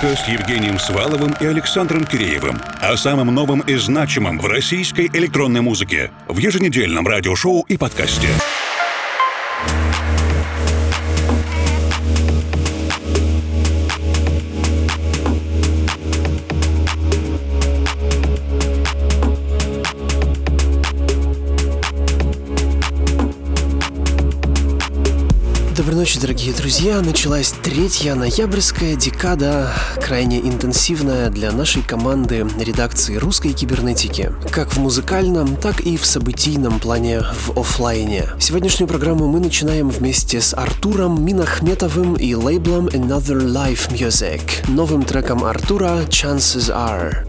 музыка с Евгением Сваловым и Александром Киреевым. О самом новом и значимом в российской электронной музыке в еженедельном радиошоу и подкасте. Доброй ночи, дорогие друзья. Началась 3-я ноябрьская декада, крайне интенсивная для нашей команды редакции «Русской кибернетики», как в музыкальном, так и в событийном плане в офлайне. Сегодняшнюю программу мы начинаем вместе с Артуром Минахметовым и лейблом Another Life Music, новым треком Артура «Chances Are».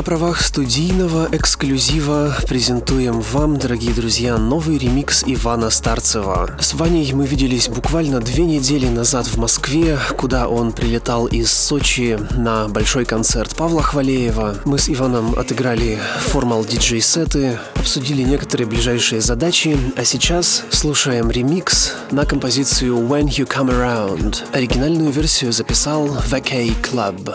правах студийного эксклюзива презентуем вам, дорогие друзья, новый ремикс Ивана Старцева. С Ваней мы виделись буквально 2 недели назад в Москве, куда он прилетал из Сочи на большой концерт Павла Хвалеева. Мы с Иваном отыграли формал-диджей-сеты, обсудили некоторые ближайшие задачи, а сейчас слушаем ремикс на композицию When You Come Around. Оригинальную версию записал Vacay Club.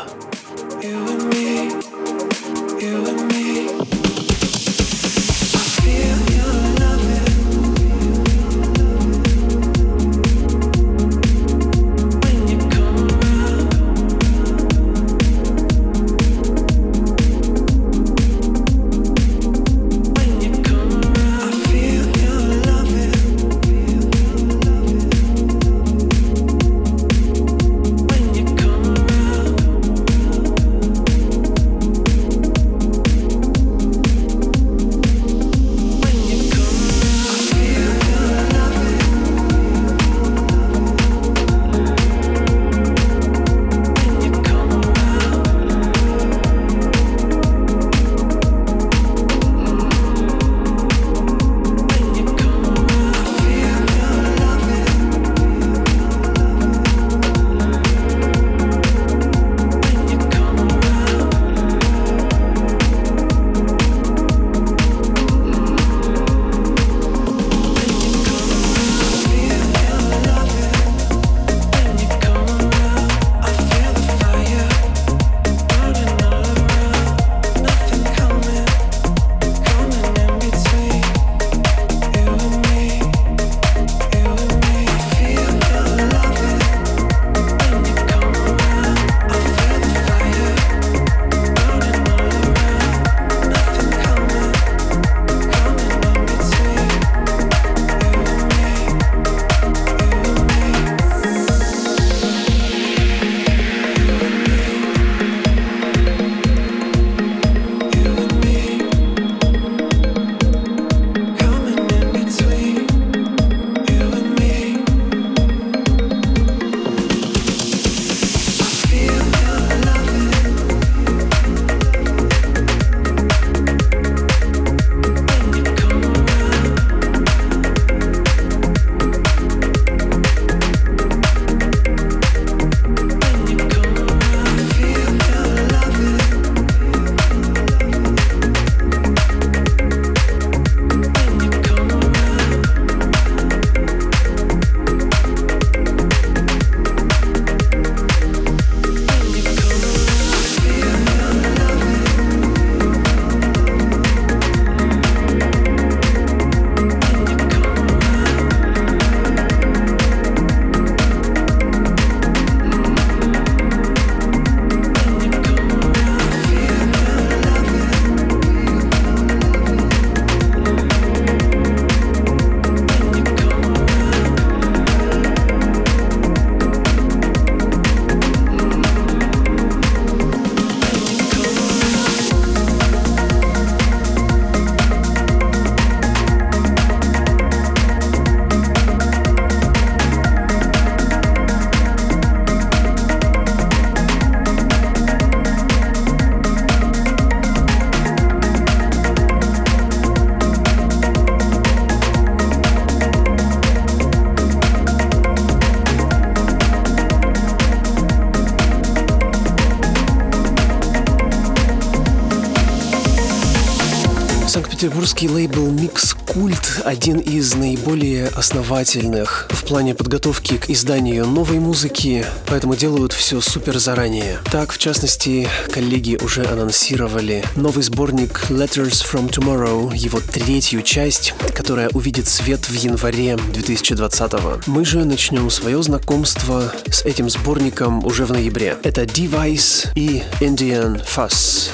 Санкт-Петербургский лейбл Mix Cult один из наиболее основательных в плане подготовки к изданию новой музыки, поэтому делают все супер заранее. Так, в частности, коллеги уже анонсировали новый сборник Letters from Tomorrow, его 3-ю часть, которая увидит свет в январе 2020-го. Мы же начнем свое знакомство с этим сборником уже в ноябре. Это Device и Indian Fuss.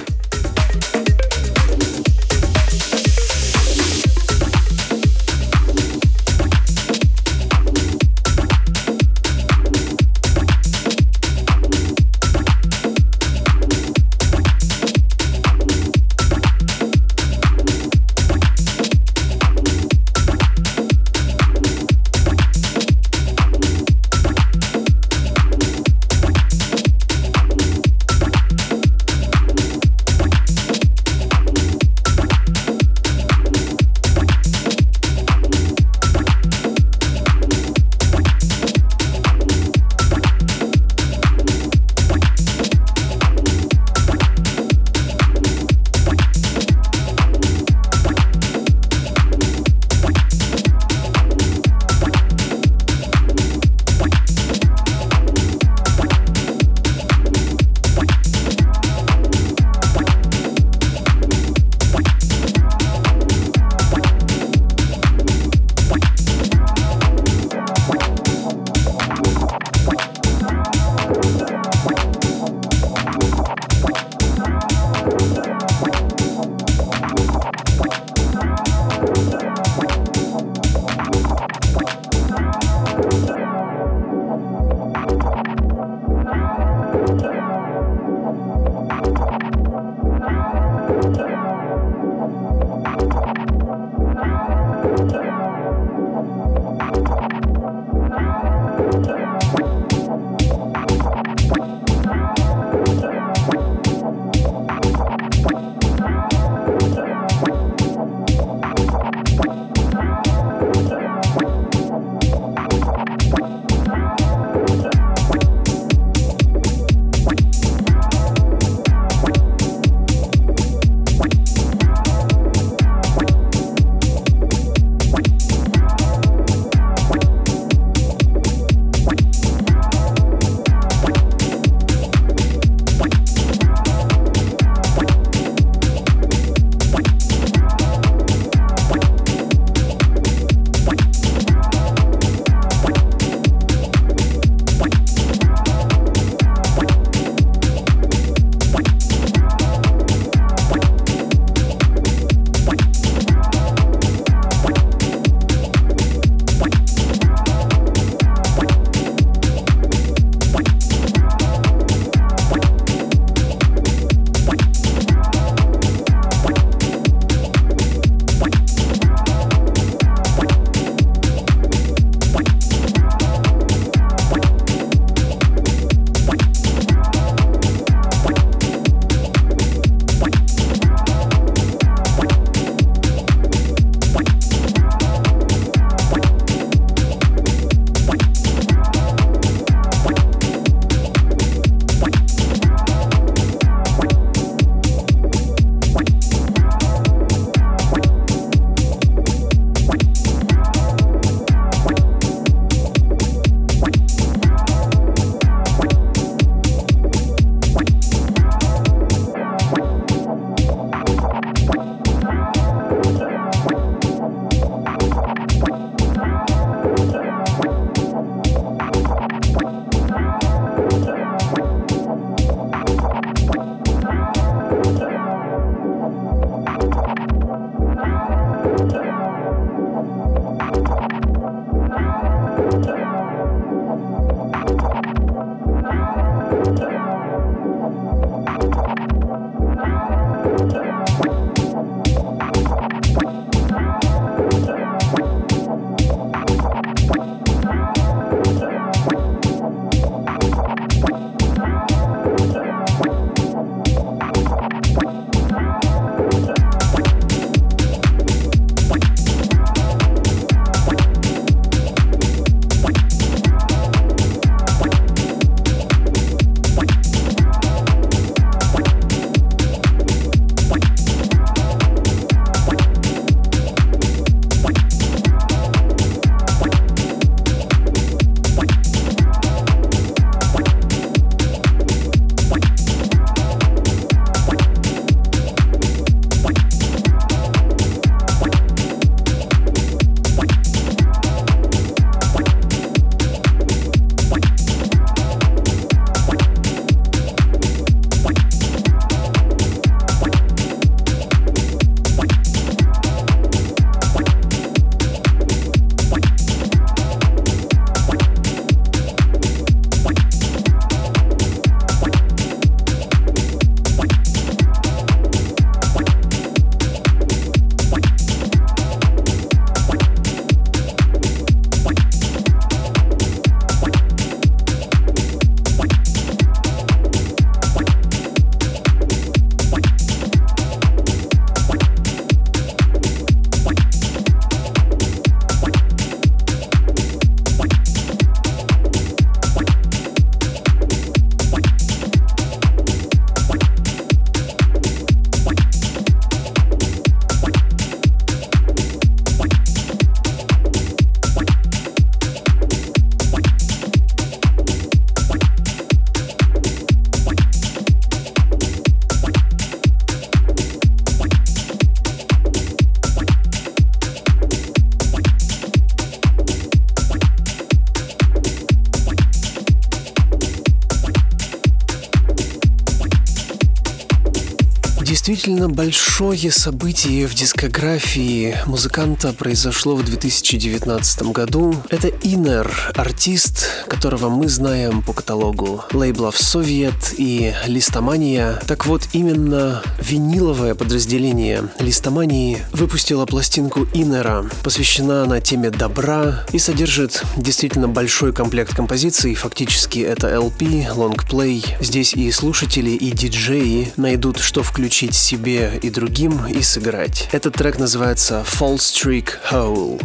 Действительно большое событие в дискографии музыканта произошло в 2019 году. Это Inner, артист, которого мы знаем по каталогу лейблов Soviet и Listomania. Так вот, именно виниловое подразделение Listomanii выпустило пластинку Inner. Посвящена она теме добра и содержит действительно большой комплект композиций. Фактически это LP, лонгплей. Здесь и слушатели, и диджеи найдут, что включить себе и другим и сыграть. Этот трек называется Fall Streak Hole.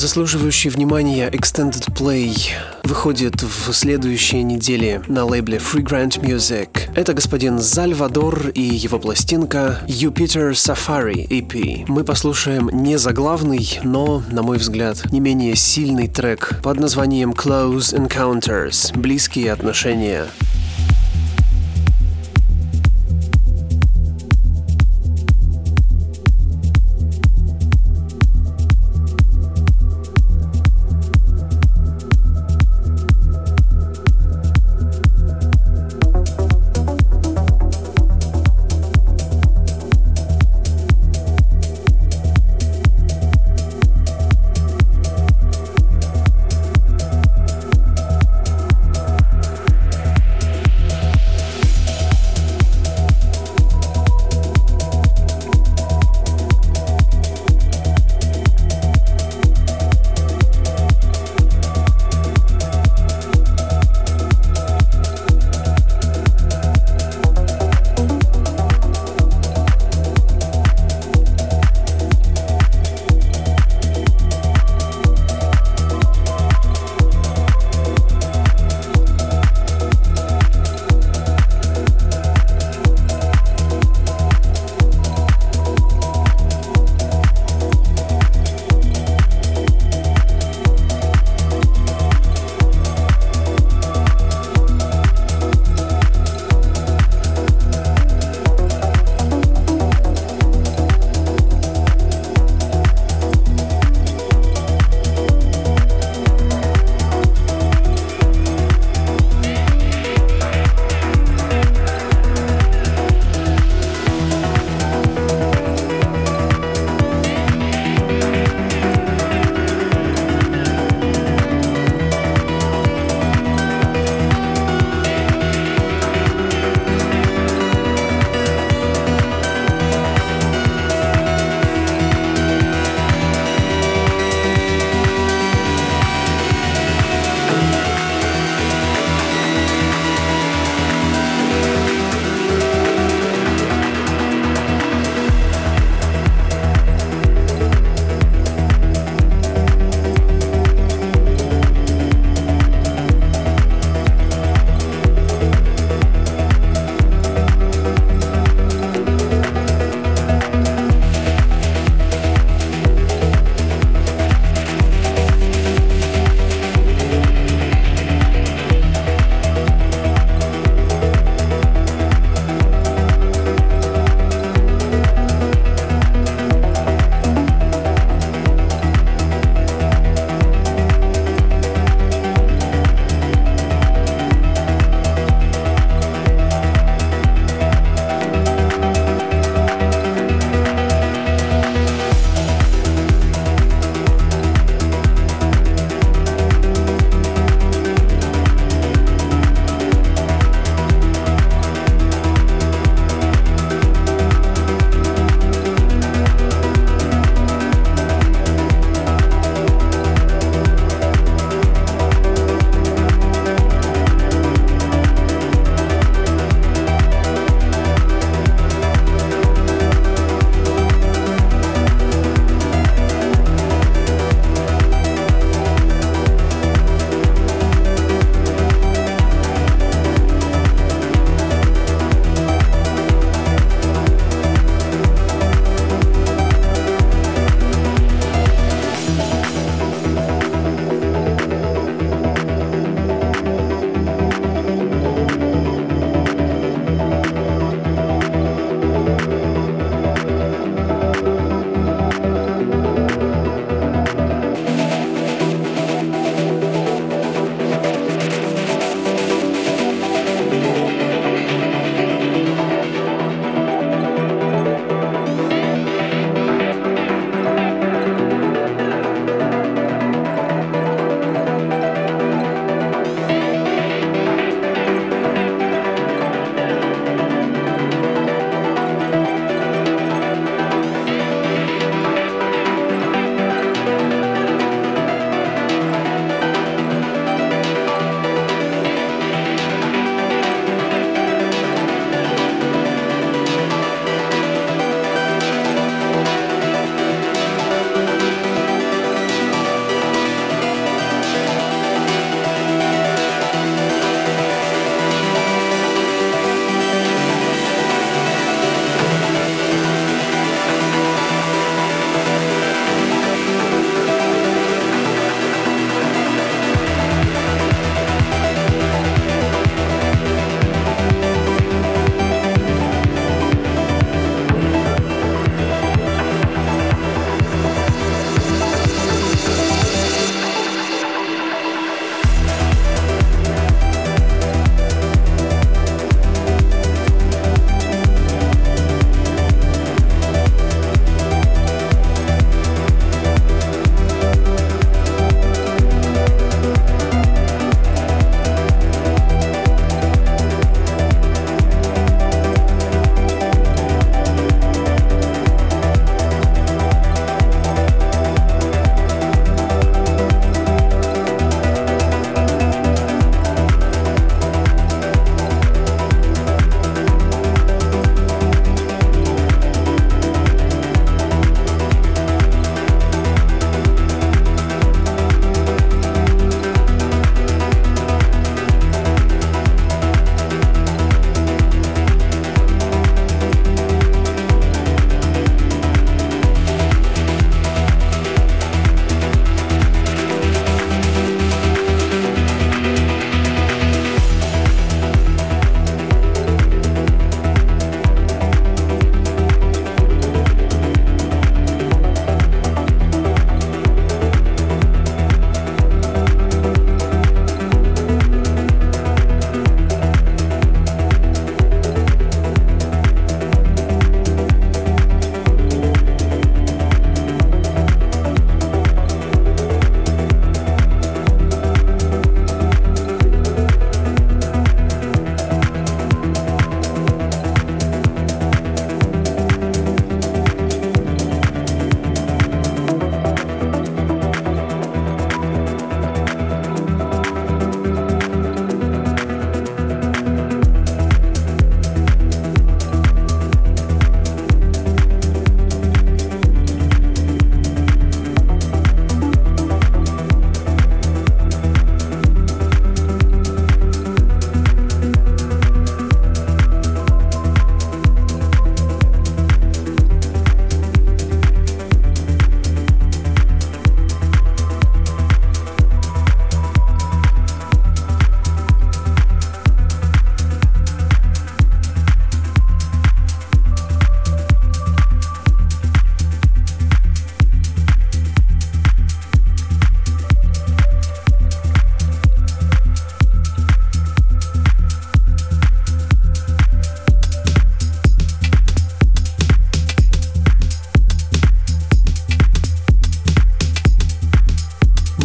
Заслуживающий внимания Extended Play выходит в следующей неделе на лейбле Free Grant Music. Это господин Сальвадор и его пластинка Jupiter Safari EP. Мы послушаем не заглавный, но, на мой взгляд, не менее сильный трек под названием Close Encounters – близкие отношения.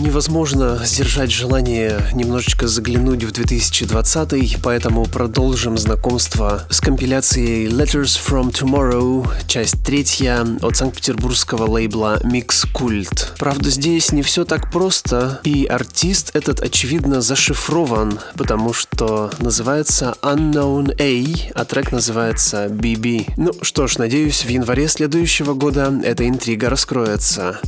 невозможно сдержать желание немножечко заглянуть в 2020, поэтому продолжим знакомство с компиляцией Letters from Tomorrow, часть 3 от санкт-петербургского лейбла Mix Cult. Правда, здесь не все так просто, и артист этот, очевидно, зашифрован, потому что называется Unknown A, а трек называется BB. Ну что ж, надеюсь, в январе следующего года эта интрига раскроется.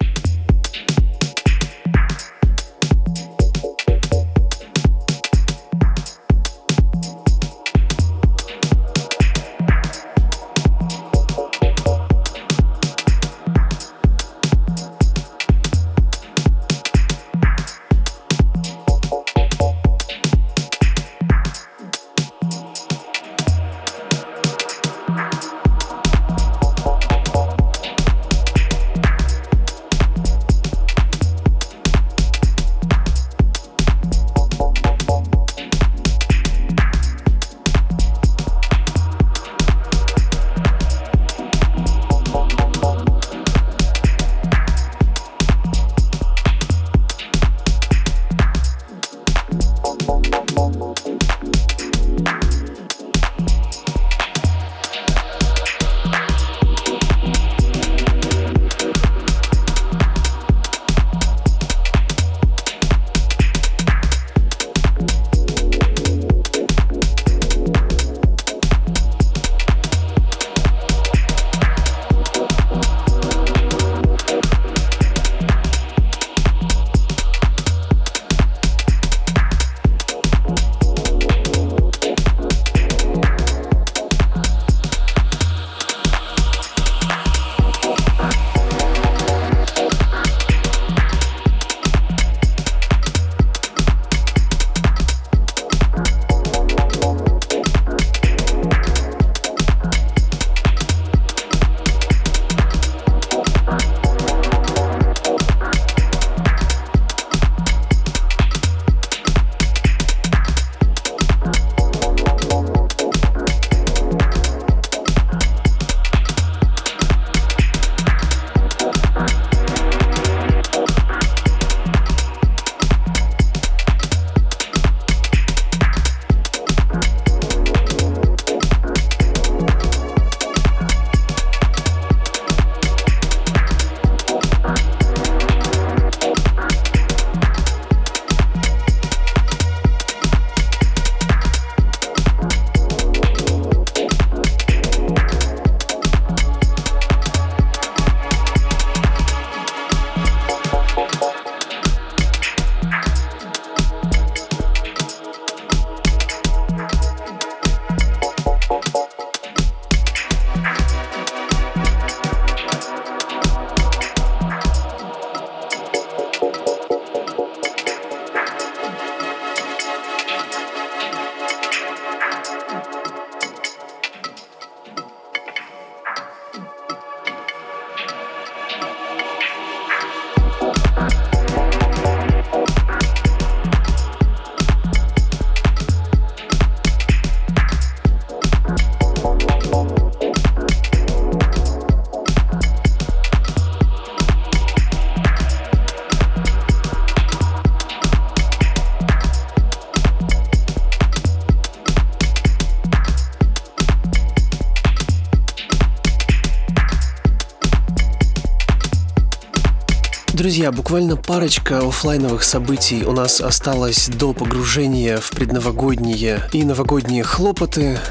Друзья, буквально парочка оффлайновых событий у нас осталось до погружения в предновогодние и новогодние хлопоты.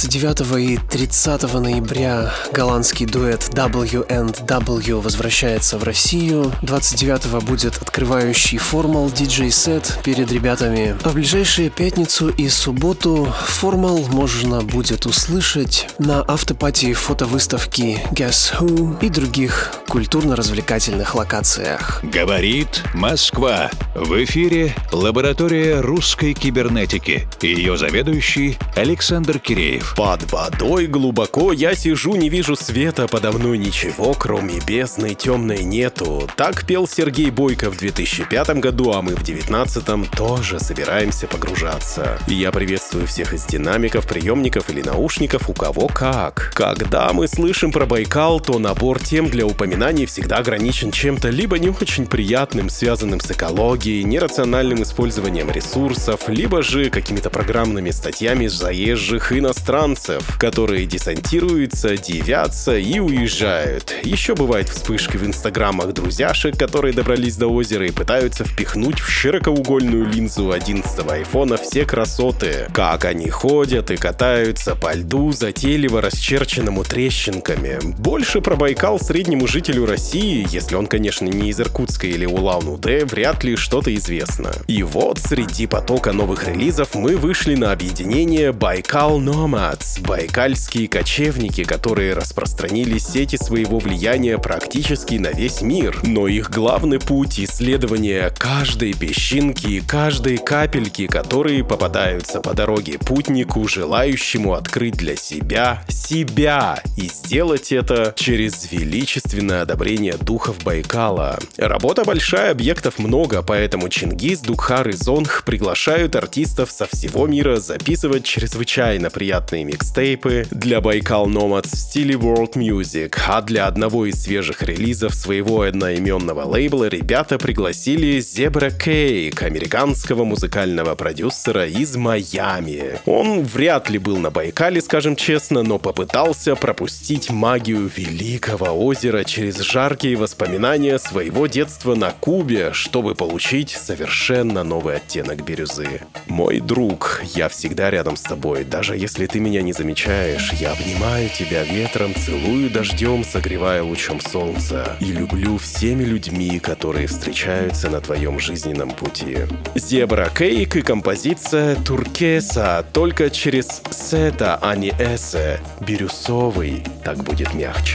29 и 30 ноября голландский дуэт W&W возвращается в Россию. 29 будет открывающий формал диджей-сет перед ребятами. А в ближайшие пятницу и субботу формал можно будет услышать на автопати фотовыставки Guess Who и других культурно-развлекательных локациях. Говорит Москва. В эфире лаборатория русской кибернетики. Ее заведующий Александр Киреев. Под водой глубоко я сижу, не вижу света, подо мной ничего, кроме бездны темной нету. Так пел Сергей Бойко в 2005 году, а мы в 2019 тоже собираемся погружаться. И я приветствую всех из динамиков, приемников или наушников, у кого как. Когда мы слышим про Байкал, то набор тем для упоминания воспоминаний всегда ограничен чем-то либо не очень приятным, связанным с экологией, нерациональным использованием ресурсов, либо же какими-то программными статьями заезжих иностранцев, которые десантируются, дивятся и уезжают. Еще бывают вспышки в инстаграмах друзьяшек, которые добрались до озера и пытаются впихнуть в широкоугольную линзу 11-го айфона все красоты. Как они ходят и катаются по льду, затейливо расчерченному трещинками. Больше про Байкал среднему жителю России, если он, конечно, не из Иркутска или Улан-Удэ, вряд ли что-то известно. И вот среди потока новых релизов мы вышли на объединение Baikal Nomads, байкальские кочевники, которые распространили сети своего влияния практически на весь мир. Но их главный путь — исследование каждой песчинки и каждой капельки, которые попадаются по дороге путнику, желающему открыть для себя и сделать это через величественное одобрение духов Байкала. Работа большая, объектов много, поэтому Чингис, Дукхар и Зонг приглашают артистов со всего мира записывать чрезвычайно приятные микстейпы для Baikal Nomads в стиле World Music, а для одного из свежих релизов своего одноименного лейбла ребята пригласили Zebra Cake, американского музыкального продюсера из Майами. Он вряд ли был на Байкале, скажем честно, но попытался пропустить магию великого озера через жаркие воспоминания своего детства на Кубе, чтобы получить совершенно новый оттенок бирюзы. Мой друг, я всегда рядом с тобой, даже если ты меня не замечаешь, я обнимаю тебя ветром, целую дождем, согревая лучом солнца, и люблю всеми людьми, которые встречаются на твоем жизненном пути. Zebra Cake и композиция Туркеса, только через сета, а не эсе. Бирюсовый, так будет мягче.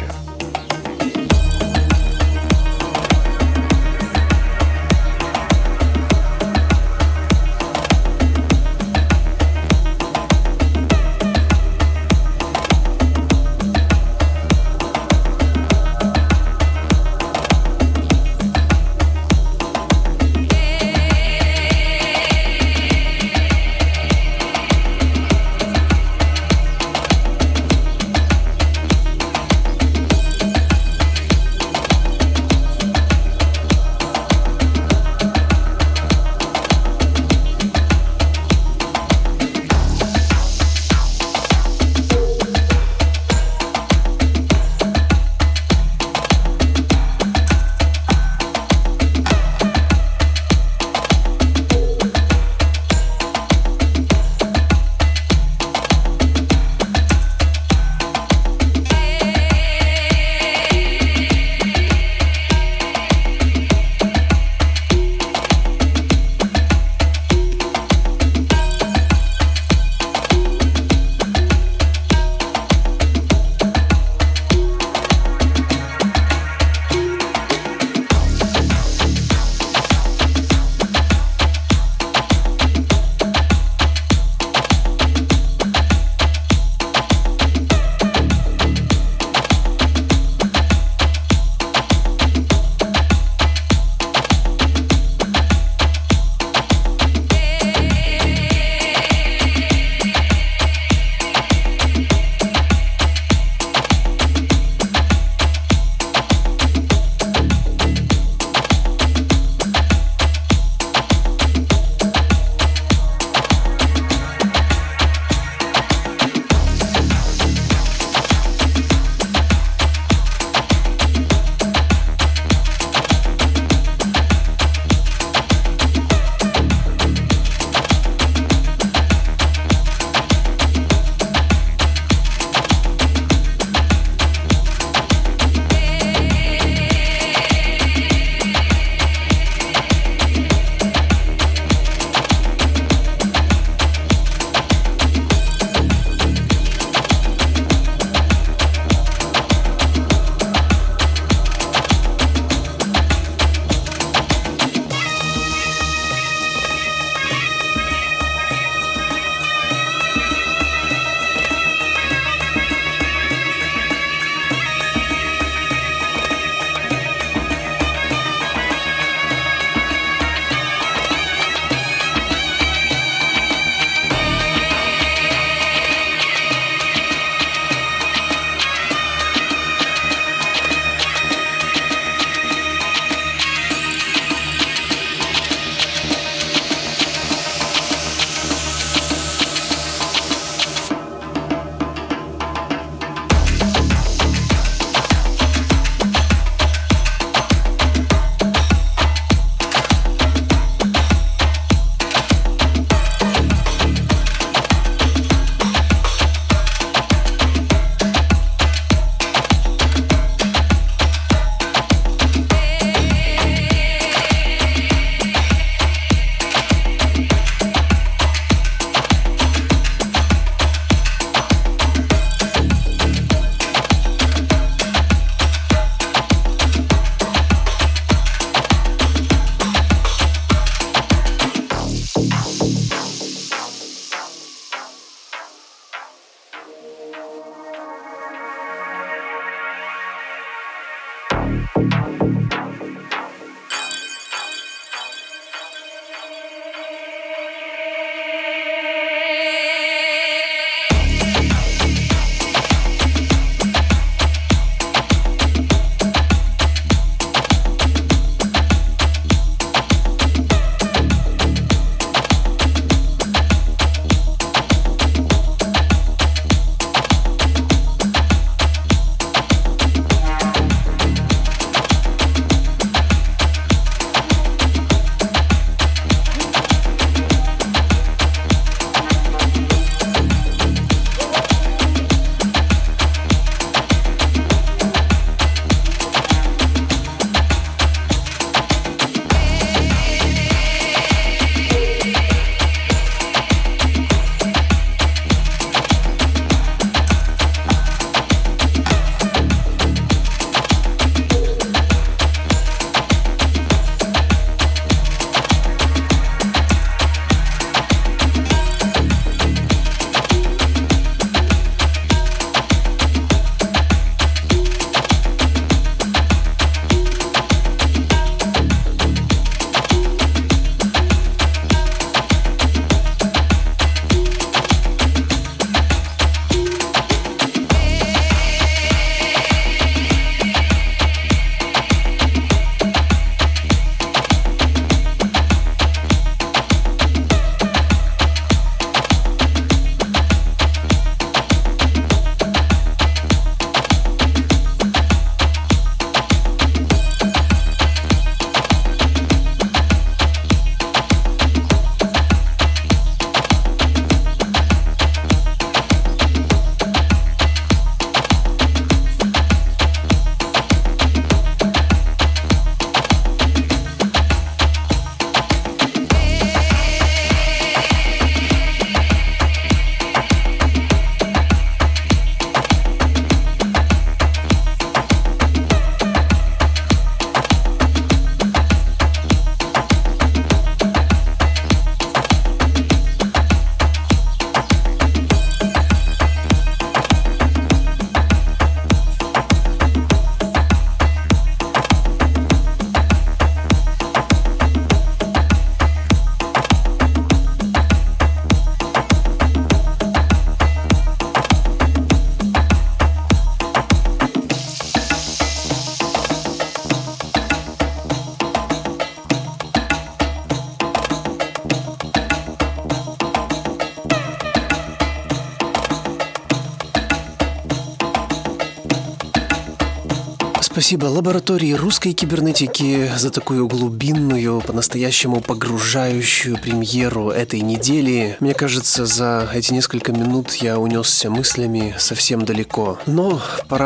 Спасибо лаборатории русской кибернетики за такую глубинную, по-настоящему погружающую премьеру этой недели. Мне кажется, за эти несколько минут я унесся мыслями совсем далеко. Но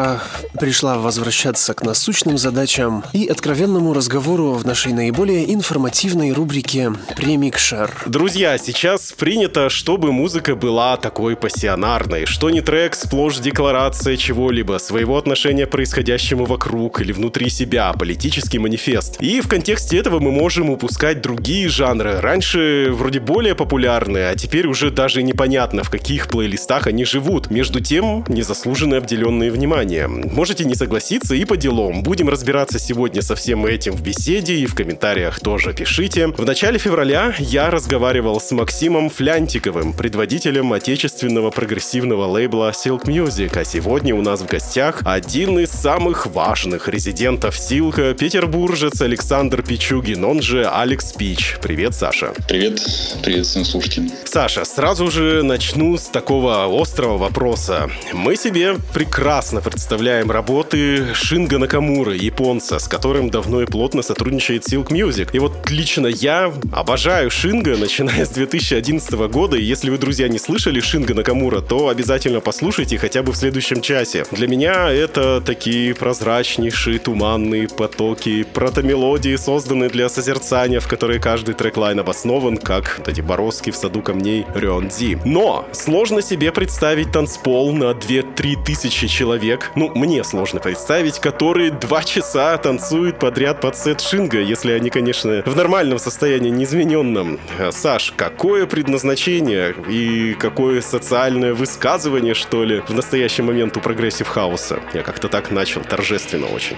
пришла возвращаться к насущным задачам и откровенному разговору в нашей наиболее информативной рубрике «Премикшер». Друзья, сейчас принято, чтобы музыка была такой пассионарной, что не трек, сплошь декларация чего-либо, своего отношения к происходящему вокруг или внутри себя, политический манифест. И в контексте этого мы можем упускать другие жанры, раньше вроде более популярные, а теперь уже даже непонятно, в каких плейлистах они живут. Между тем, незаслуженно обделенные вниманием. Можете не согласиться и по делам. Будем разбираться сегодня со всем этим в беседе и в комментариях тоже пишите. В начале февраля я разговаривал с Максимом Флянтиковым, предводителем отечественного прогрессивного лейбла Silk Music, а сегодня у нас в гостях один из самых важных резидентов Silk, петербуржец Александр Пичугин, он же Алекс Пич. Привет, Саша. Привет всем слушателям. Саша, сразу же начну с такого острого вопроса. Мы себе прекрасно представляем работы Шинго Накамуры, японца, с которым давно и плотно сотрудничает Silk Music. И вот лично я обожаю Шинго, начиная с 2011 года, и если вы, друзья, не слышали Шинго Накамура, то обязательно послушайте хотя бы в следующем часе. Для меня это такие прозрачнейшие туманные потоки, протомелодии, созданные для созерцания, в которые каждый трек-лайн обоснован, как эти бороздки в саду камней Рёндзи. Но сложно себе представить танцпол на 2-3 тысячи человек, мне сложно представить, которые 2 часа танцуют подряд под сет Шинго, если они, конечно, в нормальном состоянии, неизмененном. Саш, какое предназначение и какое социальное высказывание, что ли, в настоящий момент у прогрессив-хауса? Я как-то так начал, торжественно очень.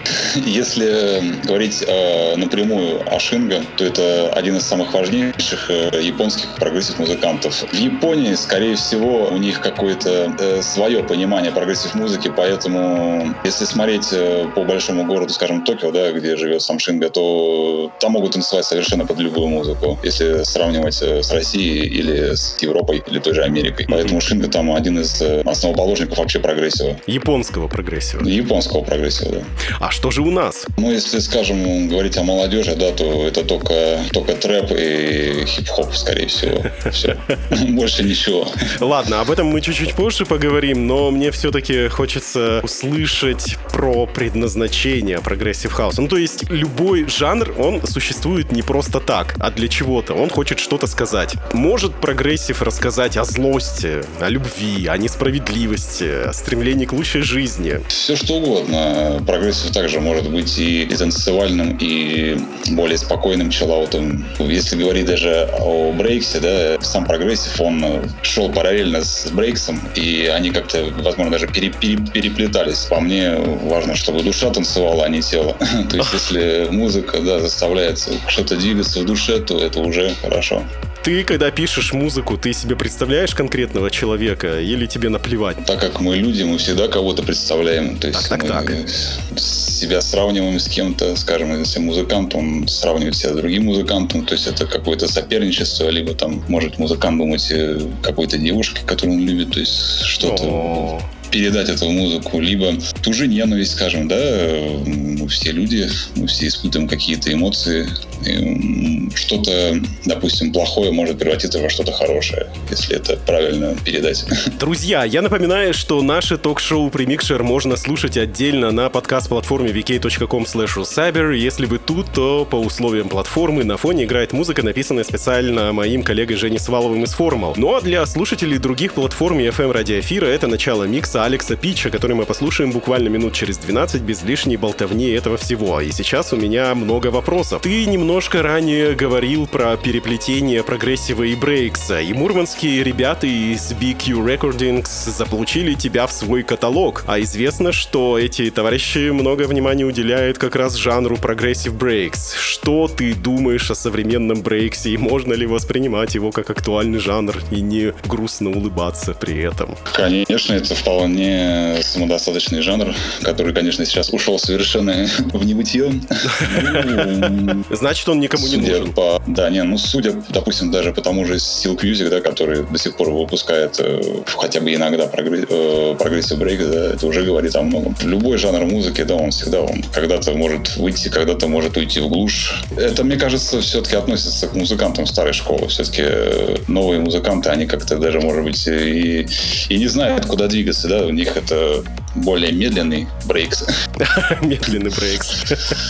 Если говорить напрямую о Шинго, то это один из самых важнейших японских прогрессив-музыкантов. В Японии, скорее всего, у них какое-то свое понимание прогрессив-музыки, поэтому если смотреть по большому городу, скажем, Токио, да, где живет сам Шинго, то там могут танцевать совершенно под любую музыку, если сравнивать с Россией или с Европой или той же Америкой. Поэтому Шинго там один из основоположников вообще прогрессива. Японского прогрессива. Японского прогрессива, да. А что же у нас? Если, скажем, говорить о молодежи, да, то это только трэп и хип-хоп, скорее всего. Все. Больше ничего. Ладно, об этом мы чуть-чуть позже поговорим, но мне все-таки хочется услышать про предназначение прогрессив хауса. То есть любой жанр, он существует не просто так, а для чего-то. Он хочет что-то сказать. Может прогрессив рассказать о злости, о любви, о несправедливости, о стремлении к лучшей жизни? Все что угодно. Прогрессив также может быть и танцевальным, и более спокойным чиллаутом. Если говорить даже о брейксе, да, сам прогрессив, он шел параллельно с брейксом, и они как-то, возможно, даже переплетались. По мне важно, чтобы душа танцевала, а не тело. То есть, если музыка, да, заставляет что-то двигаться в душе, то это уже хорошо. Ты, когда пишешь музыку, ты себе представляешь конкретного человека или тебе наплевать? Так как мы люди, мы всегда кого-то представляем. То есть мы себя сравниваем с кем-то, скажем, если музыкант, он сравнивает себя с другим музыкантом, то есть это какое-то соперничество, либо там может музыкант думать о какой-то девушке, которую он любит, то есть что-то передать эту музыку, либо ту же ненависть, скажем, да, мы все люди, мы все испытываем какие-то эмоции, и что-то, допустим, плохое может превратиться во что-то хорошее, если это правильно передать. Друзья, я напоминаю, что наше ток-шоу «Премикшер» можно слушать отдельно на подкаст-платформе vk.com/cyber. Если вы тут, то по условиям платформы на фоне играет музыка, написанная специально моим коллегой Женей Сваловым из Formal. Ну а для слушателей других платформ и FM-радиоэфира это начало микса Алекса Пича, который мы послушаем буквально минут через 12 без лишней болтовни этого всего. И сейчас у меня много вопросов. Ты немножко ранее говорил про переплетение прогрессива и брейкса, и мурманские ребята из BQ Recordings заполучили тебя в свой каталог. А известно, что эти товарищи много внимания уделяют как раз жанру прогрессив брейкс. Что ты думаешь о современном брейксе, и можно ли воспринимать его как актуальный жанр и не грустно улыбаться при этом? Конечно, это вполне вполне самодостаточный жанр, который, конечно, сейчас ушел совершенно в небытие. Значит, он никому не нужен. Судя, допустим, даже по тому же Silk Music, да, который до сих пор выпускает хотя бы иногда прогрессив брейк, да, это уже говорит о многом. Любой жанр музыки, да, он когда-то может выйти, когда-то может уйти в глушь. Это, мне кажется, все-таки относится к музыкантам старой школы. Все-таки новые музыканты, они как-то даже, может быть, и не знают, куда двигаться, да, у них это более медленный брейкс. Медленный брейкс.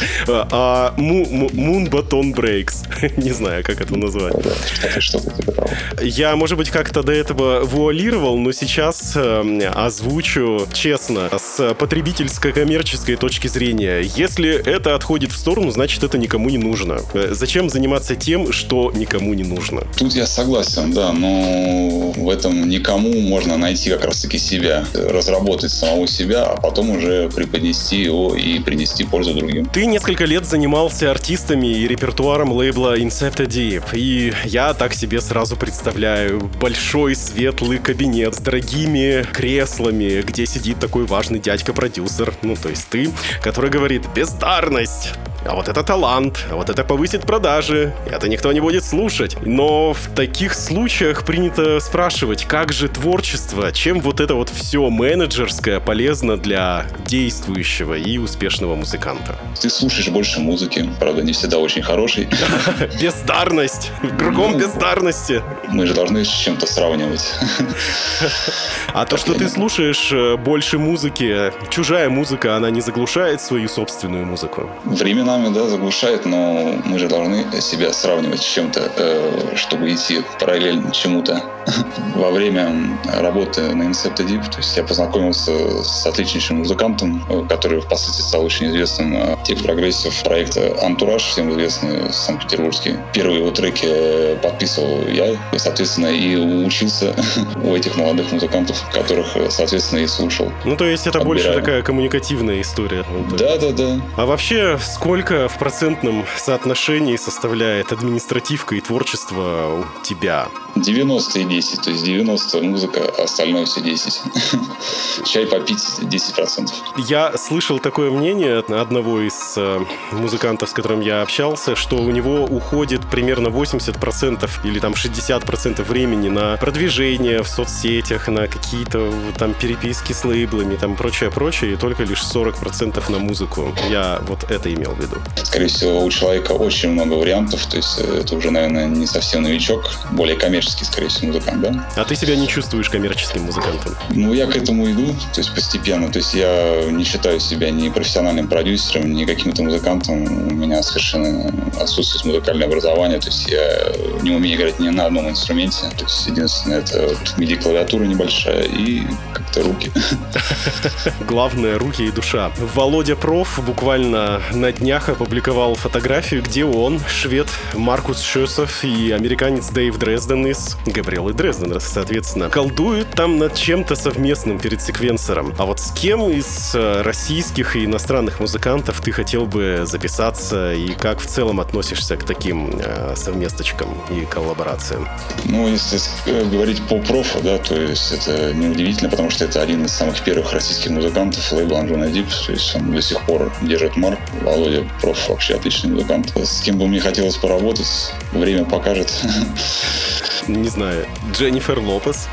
Мунбатон брейкс. Не знаю, как это назвать. Что-то типа того. Я, может быть, как-то до этого вуалировал, но сейчас озвучу честно, с потребительско-коммерческой точки зрения. Если это отходит в сторону, значит, это никому не нужно. Зачем заниматься тем, что никому не нужно? Тут я согласен, да, но в этом никому можно найти как раз-таки себя, разработать самого себя, а потом уже преподнести его и принести пользу другим. Ты несколько лет занимался артистами и репертуаром лейбла Incepted Deep, и я так себе сразу представляю большой светлый кабинет с дорогими креслами, где сидит такой важный дядька-продюсер, то есть ты, который говорит: бездарность! А вот это талант, а вот это повысит продажи, это никто не будет слушать. Но в таких случаях принято спрашивать, как же творчество, чем вот это вот все менеджерское полезно для действующего и успешного музыканта? Ты слушаешь больше музыки, правда, не всегда очень хорошей. Бездарность! Кругом бездарности! Мы же должны с чем-то сравнивать. А то, что ты слушаешь больше музыки, чужая музыка, она не заглушает свою собственную музыку? Временами, да, заглушает, но мы же должны себя сравнивать с чем-то, чтобы идти параллельно чему-то. Во время работы на Incepted Deep, то есть я познакомился с отличнейшим музыкантом, который впоследствии стал очень известным тех-прогрессив проекта «Антураж», всем известный, санкт-петербургский. Первые его треки подписывал я, соответственно, и учился у этих молодых музыкантов, которых, соответственно, и слушал. То есть это больше такая коммуникативная история. Да. А вообще, сколько в процентном соотношении составляет административка и творчество у тебя? 90 и 10, то есть 90 музыка, а остальное все 10. Чай попить 10%. Я слышал такое мнение одного из музыкантов, с которым я общался, что у него уходит примерно 80% или там 60% времени на продвижение в соцсетях, на какие-то там переписки с лейблами, там прочее, и только лишь 40% на музыку. Я вот это имел в виду. Скорее всего, у человека очень много вариантов, то есть это уже, наверное, не совсем новичок, более коммерческий, скорее всего, музыкант, да? А ты себя не чувствуешь коммерческим музыкантом? Я к этому иду, то есть постепенно. То есть я не считаю себя ни профессиональным продюсером, ни каким-то музыкантом. У меня совершенно отсутствует музыкальное образование, то есть я не умею играть ни на одном инструменте. То есть единственное, это вот MIDI-клавиатура небольшая и как-то руки. Главное, руки и душа. Володя Проф буквально на днях опубликовал фотографию, где он, швед Маркус Шёсов и американец Дэйв Дрезден из Габриэлы Дрезден, соответственно, колдуют там над чем-то совместным перед секвенсором. А вот с кем из российских и иностранных музыкантов ты хотел бы записаться и как в целом относишься к таким совместочкам и коллаборациям? Если говорить по профу, да, то есть это неудивительно, потому что это один из самых первых российских музыкантов лейбла Anjuna Deep, то есть он до сих пор держит марк. Володя Проф вообще отличный музыкант. С кем бы мне хотелось поработать, время покажет. Не знаю, Дженнифер Лопес.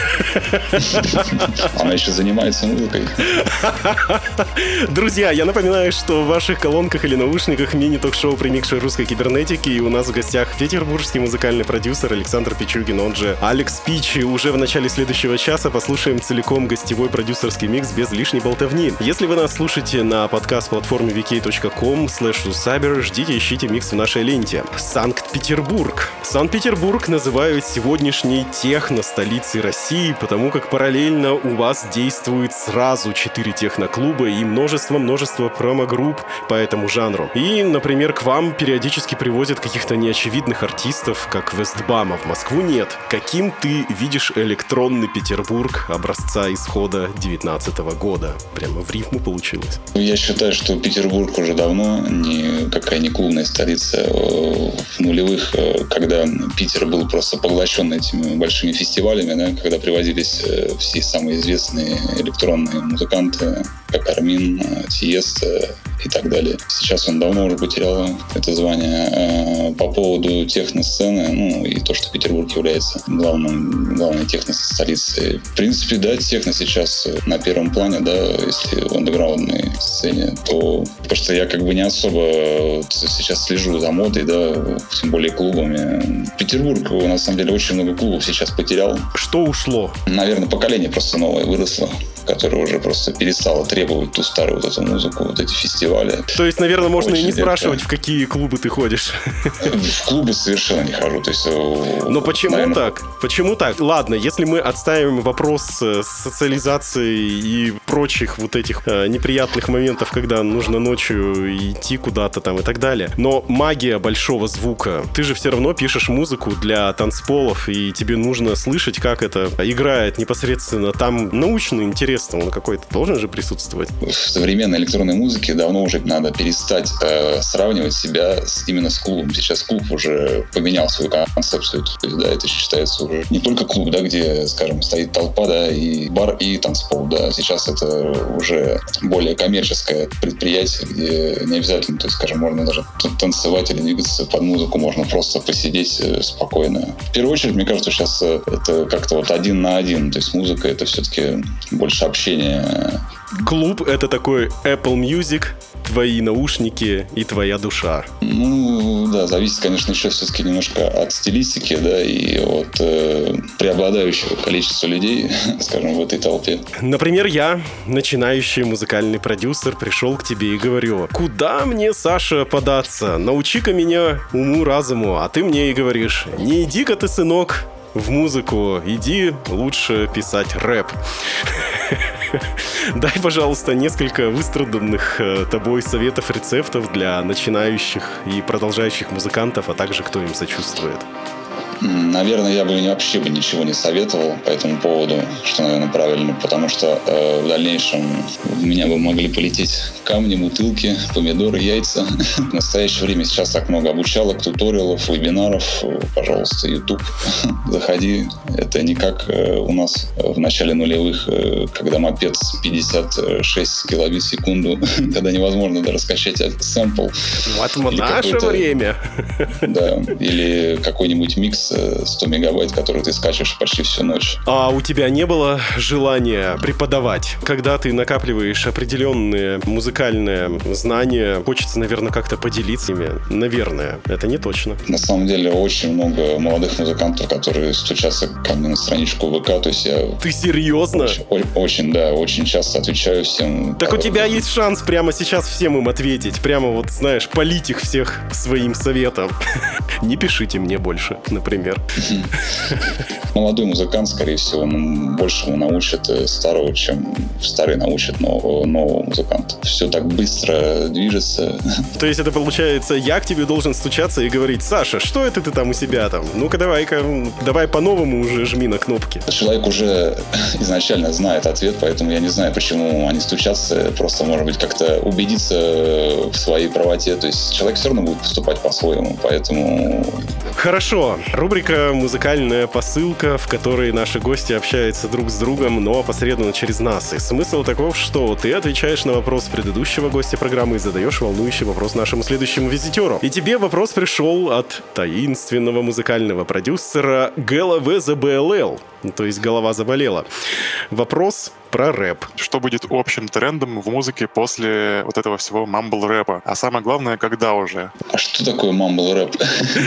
Она еще занимается музыкой. Друзья, я напоминаю, что в ваших колонках или наушниках мини-ток-шоу «Примикшер русской кибернетики», и у нас в гостях петербургский музыкальный продюсер Александр Пичугин, он же Алекс Пич. И уже в начале следующего часа послушаем целиком гостевой продюсерский микс без лишней болтовни. Если вы нас слушаете на подкаст-платформе vk.com/usaber, ждите, ищите микс в нашей ленте. Санкт-Петербург. Санкт-Петербург называют сегодняшней техно-столицей России, потому как параллельно у вас действует сразу 4 техно-клуба и множество промо-групп по этому жанру. И, например, к вам периодически привозят каких-то неочевидных артистов, как Вестбама. В Москву нет. Каким ты видишь электронный Петербург образца исхода 19 года? Прямо в рифму получилось. Я считаю, что Петербург уже давно Москва, никакая не клубная столица. В нулевых, когда Питер был просто поглощен этими большими фестивалями, да, когда привозились все самые известные электронные музыканты, как Армин, Тиеста и так далее. Сейчас он давно уже потерял это звание. По поводу техно-сцены, и то, что Петербург является главной техно-столицей. В принципе, да, техно сейчас на первом плане, да, если в андеграундной сцене, то потому что я не особо сейчас слежу за модой, да, тем более клубами. Петербург, на самом деле, очень много клубов сейчас потерял. Что ушло? Наверное, поколение просто новое выросло, которое уже просто перестало требовать ту старую вот эту музыку, вот эти фестивали. То есть, наверное, можно очень и не редко. Спрашивать, в какие клубы ты ходишь. В клубы совершенно не хожу. То есть, но почему наверное, так? Почему так? Ладно, если мы отставим вопрос социализации и прочих вот этих неприятных моментов, когда нужно ночью идти куда-то там и так далее. Но магия большого звука. Ты же все равно пишешь музыку для танцполов, и тебе нужно слышать, как это играет непосредственно. Там научный интерес он какой-то должен же присутствовать. В современной электронной музыке давно уже надо перестать сравнивать себя именно с клубом. Сейчас клуб уже поменял свою концепцию. То есть, да, это считается уже не только клуб, да, где, скажем, стоит толпа, да, и бар, и танцпол, да. Сейчас это уже более коммерческое предприятие, где не обязательно, то есть, скажем, можно даже танцевать или двигаться под музыку, можно просто посидеть спокойно. В первую очередь, мне кажется, сейчас это как-то вот один на один, то есть музыка — это все-таки больше общение. Клуб — это такой Apple Music, твои наушники и твоя душа. Да, зависит, конечно, еще все-таки немножко от стилистики, да, и от преобладающего количества людей, скажем, в этой толпе. Например, я, начинающий музыкальный продюсер, пришел к тебе и говорю: куда мне, Саша, податься? Научи-ка меня уму-разуму. А ты мне и говоришь: не иди-ка ты, сынок, в музыку, иди лучше писать рэп. Дай, пожалуйста, несколько выстраданных тобой советов, рецептов для начинающих и продолжающих музыкантов, а также кто им сочувствует. Наверное, я бы вообще ничего не советовал по этому поводу, что, наверное, правильно, потому что в дальнейшем в меня бы могли полететь камни, бутылки, помидоры, яйца. В настоящее время сейчас так много обучалок, туториалов, вебинаров. Пожалуйста, YouTube, заходи. Это не как у нас в начале нулевых, когда мопед 56 килобит в секунду, когда невозможно даже скачать сэмпл. Вот наше время. Да, или какой-нибудь микс 100 мегабайт, который ты скачиваешь почти всю ночь. А у тебя не было желания преподавать? Когда ты накапливаешь определенные музыкальные знания, хочется, наверное, как-то поделиться ими. Наверное, это не точно. На самом деле, очень много молодых музыкантов, которые стучатся ко мне на страничку ВК. То есть я... Ты серьезно? Очень часто отвечаю всем. Так у тебя есть шанс прямо сейчас всем им ответить. Прямо вот, знаешь, полить их всех своим советом. Не пишите мне больше, например. Молодой музыкант, скорее всего, большему научит старого, чем старый научит нового музыканта. Все так быстро движется. То есть это получается, я к тебе должен стучаться и говорить: Саша, что это ты там у себя там? Ну-ка давай по-новому уже жми на кнопки. Человек уже изначально знает ответ, поэтому я не знаю, почему они стучатся. Просто, может быть, как-то убедиться в своей правоте. То есть человек все равно будет поступать по-своему, поэтому... Хорошо. Рубрика «Музыкальная посылка», в которой наши гости общаются друг с другом, но опосредованно через нас. И смысл таков, что ты отвечаешь на вопрос предыдущего гостя программы и задаешь волнующий вопрос нашему следующему визитеру. И тебе вопрос пришел от таинственного музыкального продюсера Голове ЗБЛЛ, то есть голова заболела. Вопрос про рэп. Что будет общим трендом в музыке после вот этого всего мамбл-рэпа? А самое главное, когда уже? А что такое мамбл-рэп?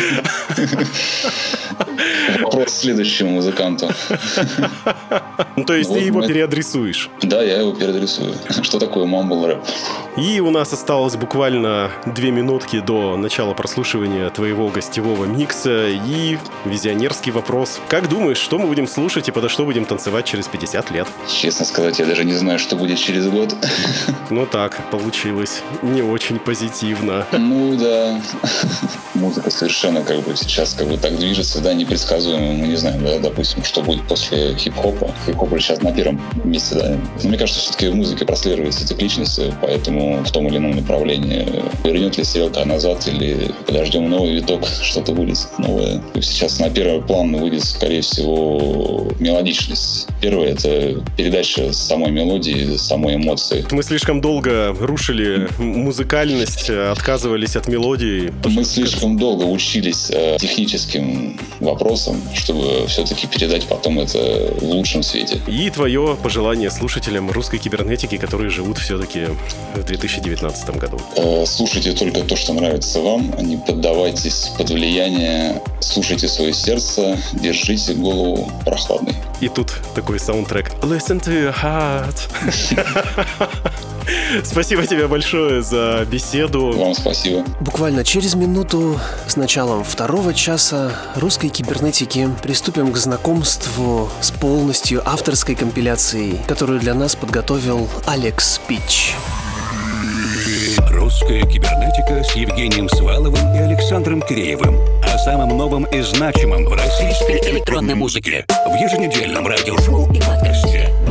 Вопрос следующему музыканту. Ну, то есть ты его переадресуешь? Да, я его переадресую. Что такое мамбл-рэп? И у нас осталось буквально 2 минутки до начала прослушивания твоего гостевого микса. И визионерский вопрос. Как думаешь, что мы будем слушать и подо что будем танцевать через 50 лет? Честно сказать, я даже не знаю, что будет через год. Ну так, получилось не очень позитивно. Ну да. Музыка совершенно сейчас так движется, да, не непредсказуемо. Мы не знаем, да, допустим, что будет после хип-хопа. Хип-хоп сейчас на первом месте, да. Но мне кажется, все-таки в музыке прослеживается цикличность, поэтому в том или ином направлении вернет ли стрелка назад или подождем новый виток, что-то будет новое. И сейчас на первый план выйдет, скорее всего, мелодичность. Первое — это передача самой мелодии, самой эмоции. Мы слишком долго рушили музыкальность, отказывались от мелодии. Мы слишком долго учились техническим вопросам, чтобы все-таки передать потом это в лучшем свете. И твое пожелание слушателям русской кибернетики, которые живут все-таки в 2019 году. Слушайте только то, что нравится вам, не поддавайтесь под влияние, слушайте свое сердце, держите голову прохладной. И тут такой саундтрек «Listen to your heart». Спасибо тебе большое за беседу. Вам спасибо. Буквально через минуту с началом второго часа русской кибернетики приступим к знакомству с полностью авторской компиляцией, которую для нас подготовил Алекс Пич. Русская кибернетика с Евгением Сваловым и Александром Киреевым. О самом новом и значимом в российской электронной музыке. В еженедельном радиошоу и подкасте.